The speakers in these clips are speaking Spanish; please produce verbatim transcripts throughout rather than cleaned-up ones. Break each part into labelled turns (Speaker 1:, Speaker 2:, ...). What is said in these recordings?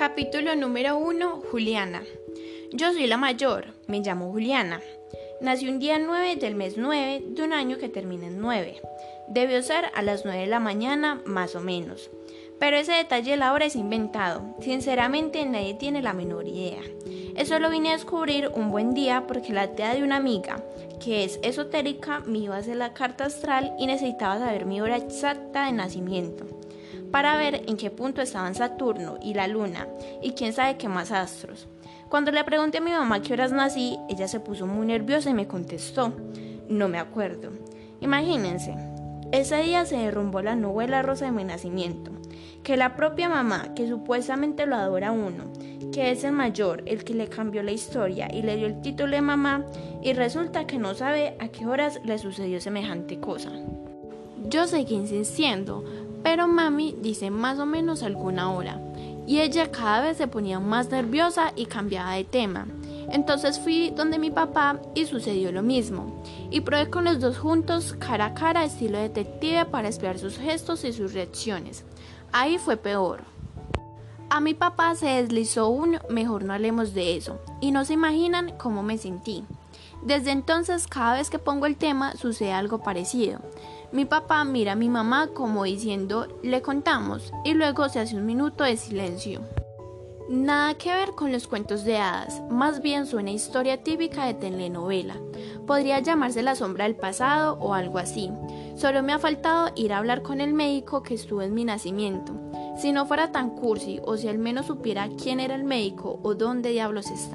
Speaker 1: Capítulo número uno. Juliana. Yo soy la mayor, me llamo Juliana. Nací un día nueve del mes nueve de un año que termina en nueve. Debió ser a las nueve de la mañana, más o menos. Pero ese detalle de la hora es inventado. Sinceramente, nadie tiene la menor idea. Eso lo vine a descubrir un buen día porque la tía de una amiga, que es esotérica, me iba a hacer la carta astral y necesitaba saber mi hora exacta de nacimiento, para ver en qué punto estaban Saturno y la Luna y quién sabe qué más astros. Cuando le pregunté a mi mamá qué horas nací, ella se puso muy nerviosa y me contestó: no me acuerdo. Imagínense, ese día se derrumbó la novela rosa de mi nacimiento, que la propia mamá, que supuestamente lo adora a uno, que es el mayor, el que le cambió la historia y le dio el título de mamá, y resulta que no sabe a qué horas le sucedió semejante cosa. Yo seguí insistiendo, pero mami dice más o menos alguna hora, y ella cada vez se ponía más nerviosa y cambiaba de tema. Entonces fui donde mi papá y sucedió lo mismo, y probé con los dos juntos, cara a cara, estilo detective, para espiar sus gestos y sus reacciones. Ahí fue peor. A mi papá se deslizó un "mejor no hablemos de eso", y no se imaginan cómo me sentí. Desde entonces, cada vez que pongo el tema, sucede algo parecido. Mi papá mira a mi mamá como diciendo "le contamos", y luego se hace un minuto de silencio. Nada que ver con los cuentos de hadas, más bien suena historia típica de telenovela. Podría llamarse La sombra del pasado o algo así. Solo me ha faltado ir a hablar con el médico que estuvo en mi nacimiento. Si no fuera tan cursi, o si al menos supiera quién era el médico o dónde diablos está.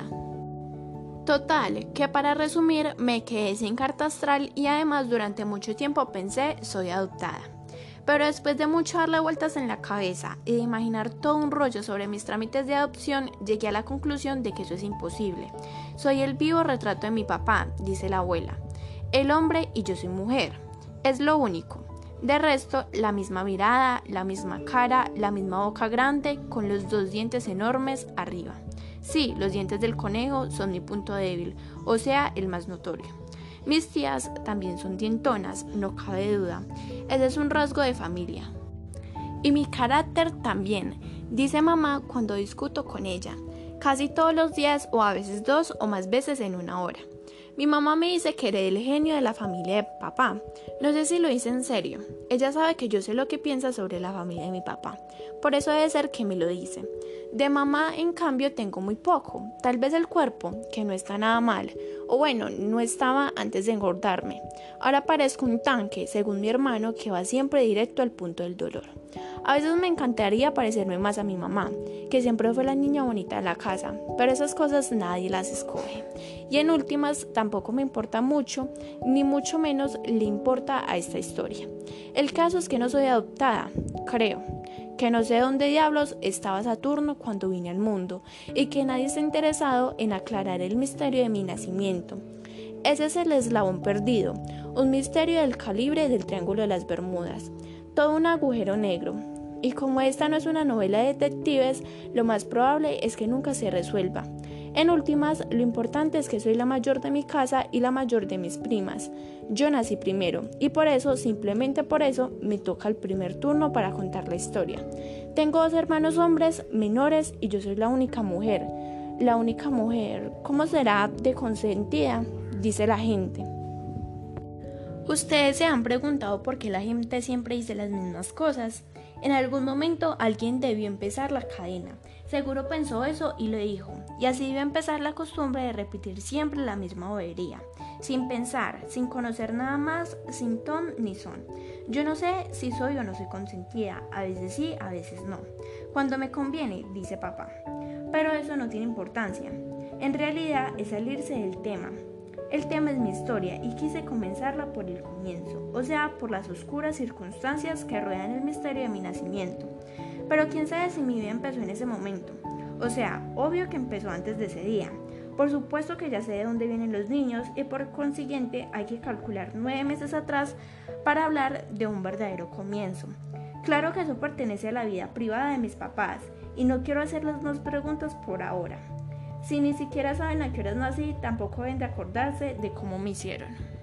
Speaker 1: Total, que para resumir, me quedé sin carta astral y además durante mucho tiempo pensé soy adoptada. Pero después de mucho darle vueltas en la cabeza y de imaginar todo un rollo sobre mis trámites de adopción, llegué a la conclusión de que eso es imposible. Soy el vivo retrato de mi papá, dice la abuela. El hombre y yo soy mujer. Es lo único. De resto, la misma mirada, la misma cara, la misma boca grande, con los dos dientes enormes arriba. Sí, los dientes del conejo son mi punto débil, o sea, el más notorio. Mis tías también son dientonas, no cabe duda. Ese es un rasgo de familia. Y mi carácter también, dice mamá cuando discuto con ella, casi todos los días o a veces dos o más veces en una hora. Mi mamá me dice que heredé el genio de la familia de papá. No sé si lo dice en serio. Ella sabe que yo sé lo que piensa sobre la familia de mi papá. Por eso debe ser que me lo dice. De mamá, en cambio, tengo muy poco. Tal vez el cuerpo, que no está nada mal. O bueno, no estaba antes de engordarme. Ahora parezco un tanque, según mi hermano, que va siempre directo al punto del dolor. A veces me encantaría parecerme más a mi mamá, que siempre fue la niña bonita de la casa, pero esas cosas nadie las escoge. Y en últimas, tampoco me importa mucho, ni mucho menos le importa a esta historia. El caso es que no soy adoptada, creo, que no sé dónde diablos estaba Saturno cuando vine al mundo, y que nadie está interesado en aclarar el misterio de mi nacimiento. Ese es el eslabón perdido, un misterio del calibre del Triángulo de las Bermudas, todo un agujero negro. Y como esta no es una novela de detectives, lo más probable es que nunca se resuelva. En últimas, lo importante es que soy la mayor de mi casa y la mayor de mis primas. Yo nací primero, y por eso, simplemente por eso, me toca el primer turno para contar la historia. Tengo dos hermanos hombres menores y yo soy la única mujer. La única mujer, ¿cómo será de consentida?, dice la gente. Ustedes se han preguntado por qué la gente siempre dice las mismas cosas. En algún momento alguien debió empezar la cadena. Seguro pensó eso y lo dijo. Y así debió empezar la costumbre de repetir siempre la misma bobería. Sin pensar, sin conocer nada más, sin ton ni son. Yo no sé si soy o no soy consentida. A veces sí, a veces no. Cuando me conviene, dice papá. Pero eso no tiene importancia. En realidad es salirse del tema. El tema es mi historia y quise comenzarla por el comienzo, o sea, por las oscuras circunstancias que rodean el misterio de mi nacimiento. Pero quién sabe si mi vida empezó en ese momento. O sea, obvio que empezó antes de ese día. Por supuesto que ya sé de dónde vienen los niños y por consiguiente hay que calcular nueve meses atrás para hablar de un verdadero comienzo. Claro que eso pertenece a la vida privada de mis papás y no quiero hacerles más preguntas por ahora. Si ni siquiera saben a qué horas nací, tampoco deben de acordarse de cómo me hicieron.